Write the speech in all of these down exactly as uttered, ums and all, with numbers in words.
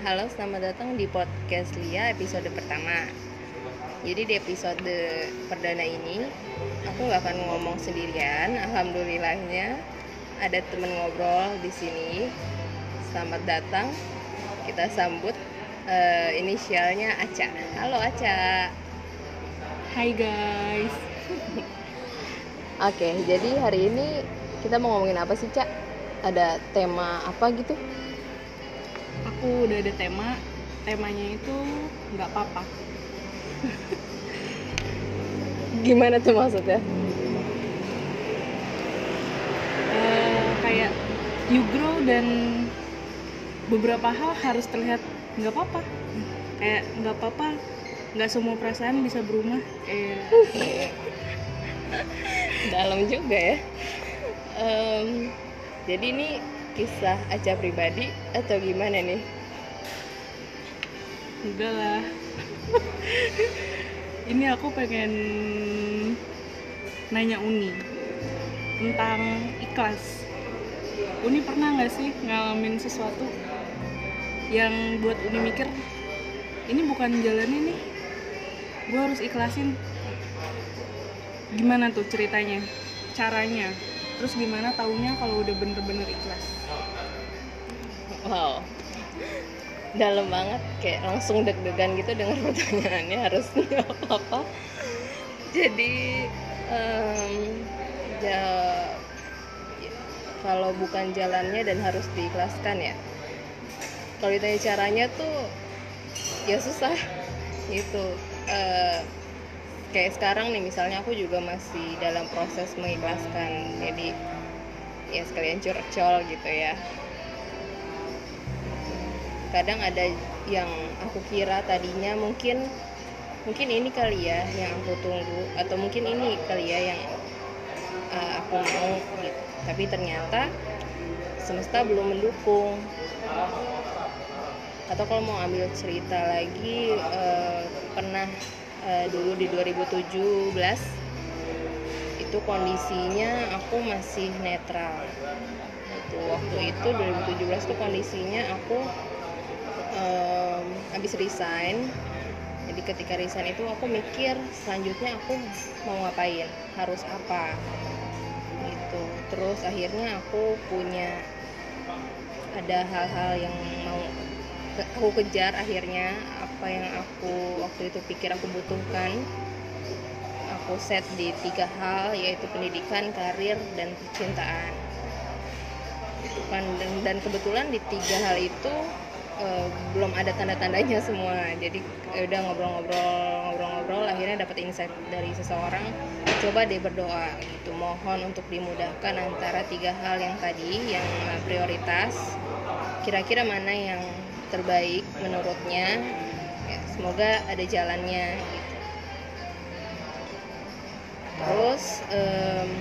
Halo, selamat datang di podcast Lia episode pertama. Jadi di episode perdana ini aku gak akan ngomong sendirian. Alhamdulillahnya ada temen ngobrol di sini. Selamat datang. Kita sambut uh, inisialnya Aca. Halo Aca. Hai guys. Oke, jadi hari ini kita mau ngomongin apa sih, Cak? Ada tema apa gitu? Aku udah ada tema. Temanya itu nggak apa-apa. Gimana tuh maksudnya? Uh, kayak you grow dan beberapa hal harus terlihat nggak apa-apa. Kayak nggak apa-apa, nggak semua perasaan bisa berubah. Kayak dalam juga ya. Um, jadi ini kisah Aca pribadi atau gimana nih? Enggak lah. Ini aku pengen nanya Uni tentang ikhlas. Uni pernah nggak sih ngalamin sesuatu yang buat Uni mikir ini bukan jalannya nih, gue harus ikhlasin? Gimana tuh ceritanya, caranya, terus gimana taunya kalau udah bener-bener ikhlas? Wow, dalam banget, kayak langsung deg-degan gitu dengar pertanyaannya, harus jawab apa. Jadi um, ya, kalau bukan jalannya dan harus diikhlaskan ya. Kalau ditanya caranya tuh ya susah gitu. Uh, kayak sekarang nih misalnya aku juga masih dalam proses mengikhlaskan, jadi ya sekalian curcol gitu ya. Kadang ada yang aku kira tadinya mungkin mungkin ini kali ya yang aku tunggu, atau mungkin ini kali ya yang uh, aku mau gitu, tapi ternyata semesta belum mendukung. Atau kalau mau ambil cerita lagi, uh, pernah Uh, dulu di dua ribu tujuh belas itu kondisinya aku masih netral. Itu waktu itu dua ribu tujuh belas tuh kondisinya aku um, habis resign. Jadi ketika resign itu aku mikir selanjutnya aku mau ngapain, harus apa gitu. Terus akhirnya aku punya ada hal-hal yang mau aku kejar. Akhirnya apa yang aku waktu itu pikir aku butuhkan, aku set di tiga hal, yaitu pendidikan, karir, dan percintaan. Dan, dan kebetulan di tiga hal itu eh, belum ada tanda-tandanya semua. Jadi udah ngobrol-ngobrol-ngobrol-ngobrol, akhirnya dapat insight dari seseorang, coba deh berdoa gitu, mohon untuk dimudahkan antara tiga hal yang tadi, yang prioritas, kira-kira mana yang terbaik menurutnya, ya, semoga ada jalannya gitu. Terus um,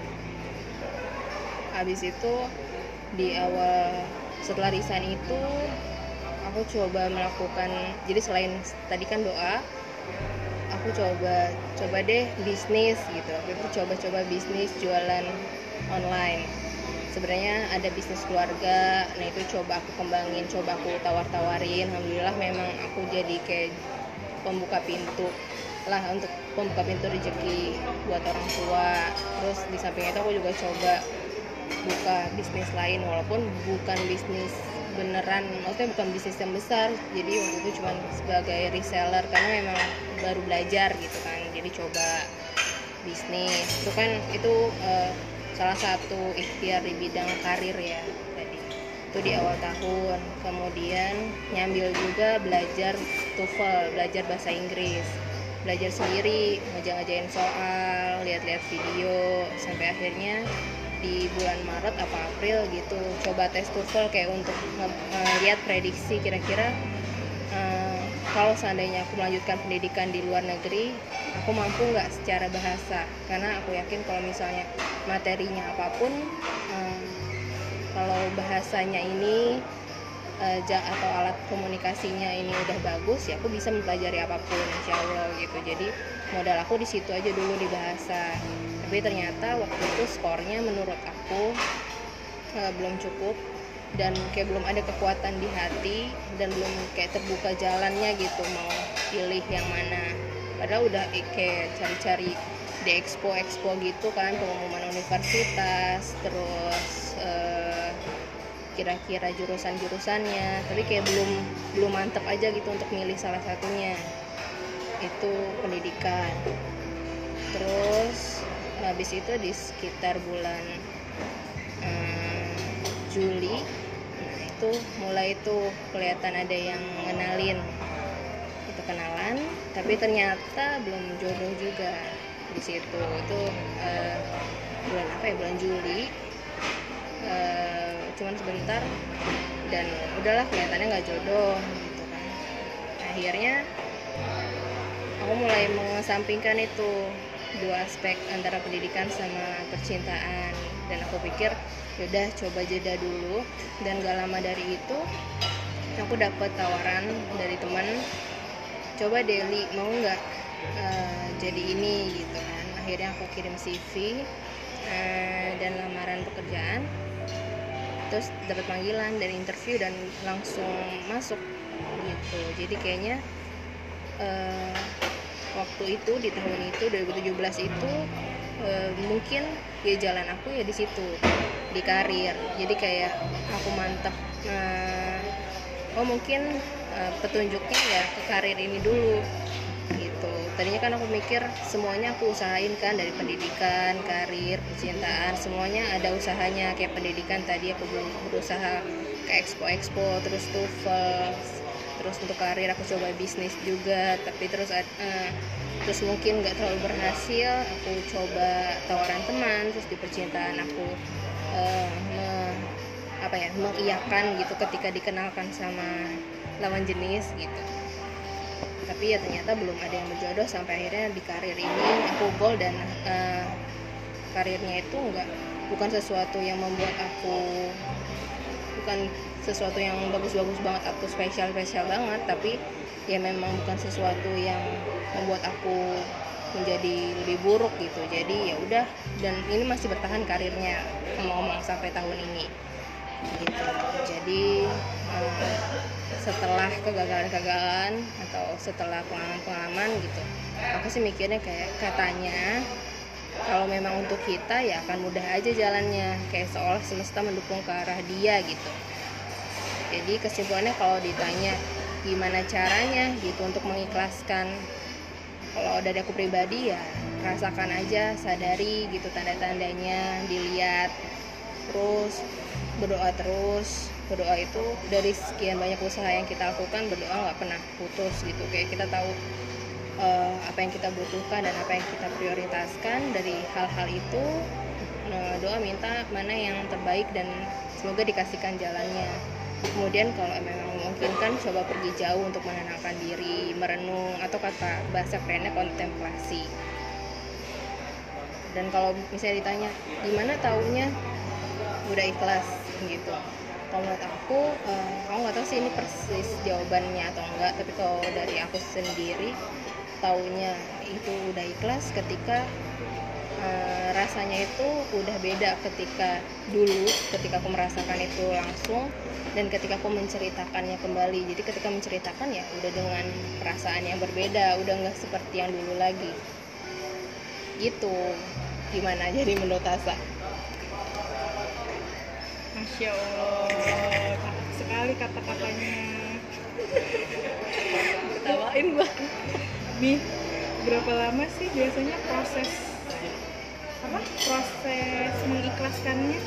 habis itu di awal setelah resign itu aku coba melakukan, jadi selain tadi kan doa, aku coba coba deh bisnis gitu. Itu coba-coba bisnis jualan online. Sebenarnya ada bisnis keluarga, nah itu coba aku kembangin, coba aku tawar-tawarin. Alhamdulillah memang aku jadi kayak pembuka pintu lah, untuk pembuka pintu rezeki buat orang tua. Terus di samping itu aku juga coba buka bisnis lain, walaupun bukan bisnis beneran, maksudnya bukan bisnis yang besar. Jadi waktu itu cuma sebagai reseller karena memang baru belajar gitu kan. Jadi coba bisnis itu kan itu uh, salah satu ikhtiar di bidang karir ya tadi. Itu di awal tahun. Kemudian nyambil juga belajar TOEFL, belajar bahasa Inggris, belajar sendiri, ngajak-ngajain soal, lihat-lihat video, sampai akhirnya di bulan Maret apa April gitu coba tes TOEFL, kayak untuk ngeliat prediksi kira-kira uh, kalau seandainya aku melanjutkan pendidikan di luar negeri, aku mampu nggak secara bahasa. Karena aku yakin kalau misalnya materinya apapun, um, kalau bahasanya ini uh, atau alat komunikasinya ini udah bagus, ya aku bisa mempelajari apapun insya Allah gitu. Jadi modal aku di situ aja dulu di bahasa. Tapi ternyata waktu itu skornya menurut aku uh, belum cukup. dan kayak belum ada kekuatan di hati dan belum kayak terbuka jalannya gitu mau pilih yang mana. Padahal udah kayak cari-cari di expo-expo gitu kan, pengumuman universitas, terus eh, kira-kira jurusan-jurusannya, tapi kayak belum belum mantep aja gitu untuk milih salah satunya. Itu pendidikan. Terus habis itu di sekitar bulan eh, Juli, nah itu mulai tuh kelihatan ada yang ngenalin, itu kenalan, tapi ternyata belum jodoh juga di situ. Itu eh, bulan apa ya, bulan Juli, eh, cuman sebentar dan udahlah kelihatannya nggak jodoh gitu kan. Akhirnya aku mulai mengesampingkan itu dua aspek antara pendidikan sama percintaan, dan aku pikir yaudah coba jeda dulu. Dan gak lama dari itu aku dapat tawaran dari teman, coba Deli mau nggak uh, jadi ini gitu kan. Akhirnya aku kirim C V uh, dan lamaran pekerjaan, terus dapat panggilan dan interview dan langsung masuk gitu. Jadi kayaknya uh, waktu itu di tahun itu dua ribu tujuh belas itu e, mungkin ya jalan aku ya di situ, di karir. Jadi kayak aku mantep, nah, oh mungkin e, petunjuknya ya ke karir ini dulu gitu. Tadinya kan aku mikir semuanya aku usahain kan, dari pendidikan, karir, percintaan, semuanya ada usahanya. Kayak pendidikan tadi aku belum berusaha ke expo-expo, terus TOEFL. Terus untuk karir aku coba bisnis juga, tapi terus uh, terus mungkin nggak terlalu berhasil. Aku coba tawaran teman. Terus di percintaan aku uh, me, apa ya mengiyakan gitu ketika dikenalkan sama lawan jenis gitu. Tapi ya ternyata belum ada yang berjodoh, sampai akhirnya di karir ini aku goal. Dan uh, karirnya itu nggak bukan sesuatu yang membuat aku bukan sesuatu yang bagus-bagus banget atau spesial-spesial banget, tapi ya memang bukan sesuatu yang membuat aku menjadi lebih buruk gitu. Jadi ya udah, dan ini masih bertahan karirnya ngomong sampai tahun ini gitu. Jadi eh, setelah kegagalan-kegagalan atau setelah pengalaman-pengalaman gitu, aku sih mikirnya kayak katanya kalau memang untuk kita ya akan mudah aja jalannya, kayak seolah semesta mendukung ke arah dia gitu. Jadi kesimpulannya kalau ditanya gimana caranya gitu untuk mengikhlaskan, kalau dari aku pribadi ya rasakan aja, sadari gitu tanda-tandanya, dilihat, terus berdoa terus. Berdoa itu dari sekian banyak usaha yang kita lakukan, berdoa nggak pernah putus gitu. Kayak kita tahu uh, apa yang kita butuhkan dan apa yang kita prioritaskan dari hal-hal itu. Nah, doa minta mana yang terbaik dan semoga dikasihkan jalannya. Kemudian kalau memang memungkinkan, coba pergi jauh untuk menenangkan diri, merenung, atau kata bahasa kerennya kontemplasi. Dan kalau misalnya ditanya gimana taunya udah ikhlas gitu, kalau menurut aku eh, aku nggak tahu sih ini persis jawabannya atau enggak, tapi kalau dari aku sendiri taunya itu udah ikhlas ketika Uh, rasanya itu udah beda ketika dulu, ketika aku merasakan itu langsung, dan ketika aku menceritakannya kembali. Jadi ketika menceritakan ya udah dengan perasaan yang berbeda, udah nggak seperti yang dulu lagi gitu. Gimana jadi menurut Asa? Masya Allah, cakep sekali kata-katanya. Ketawain bang. Nih, berapa lama sih biasanya proses apa proses mengikhlaskannya?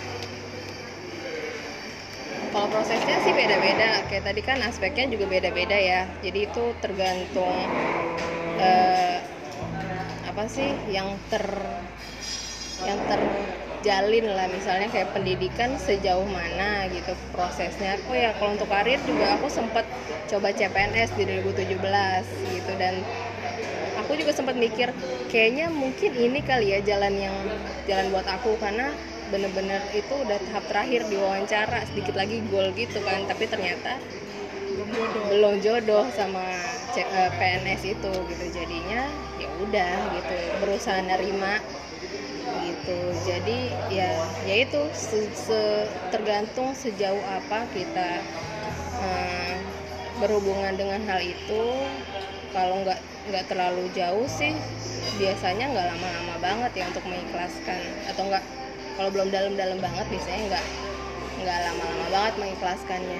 Kalau prosesnya sih beda-beda, kayak tadi kan aspeknya juga beda-beda ya. Jadi itu tergantung eh, apa sih yang ter yang terjalin lah. Misalnya kayak pendidikan sejauh mana gitu prosesnya. Oh ya, kalau untuk karir juga aku sempat coba C P N S di dua ribu tujuh belas gitu, dan aku juga sempat mikir kayaknya mungkin ini kali ya jalan yang jalan buat aku, karena bener-bener itu udah tahap terakhir di wawancara, sedikit lagi goal gitu kan. Tapi ternyata Belum jodoh. belum jodoh sama C- P N S itu gitu. Jadinya ya udah gitu, berusaha nerima gitu. Jadi ya yaitu se- se- tergantung sejauh apa kita eh, berhubungan dengan hal itu. Kalau nggak nggak terlalu jauh sih biasanya nggak lama-lama banget ya untuk mengikhlaskan, atau nggak, kalau belum dalam-dalam banget biasanya nggak nggak lama-lama banget mengikhlaskannya.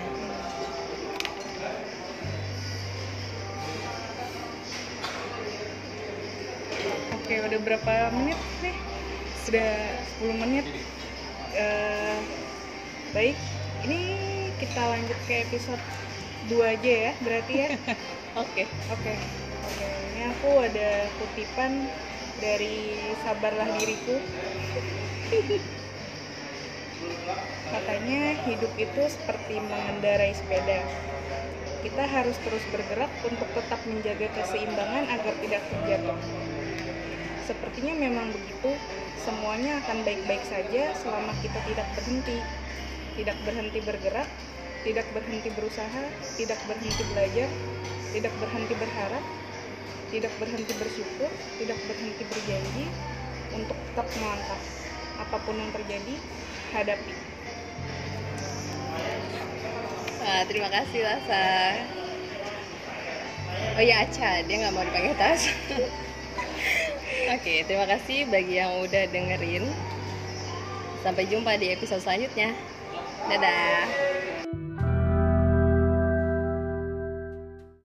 Oke, udah berapa menit nih? Sudah sepuluh menit. Eh, baik, ini kita lanjut ke episode dua aja ya, berarti ya. Oke. Oke, oke. Ini aku ada kutipan dari Sabarlah Diriku. Katanya hidup itu seperti mengendarai sepeda. Kita harus terus bergerak untuk tetap menjaga keseimbangan agar tidak terjatuh. Sepertinya memang begitu, semuanya akan baik-baik saja selama kita tidak berhenti. Tidak berhenti bergerak, tidak berhenti berusaha, tidak berhenti belajar, tidak berhenti berharap, tidak berhenti bersyukur, tidak berhenti berjanji untuk tetap melangkah. Apapun yang terjadi, hadapi. Wah, terima kasih Lasa. Oh ya, Aca, dia nggak mau dipakai tas. Oke, terima kasih bagi yang udah dengerin. Sampai jumpa di episode selanjutnya. Dadah.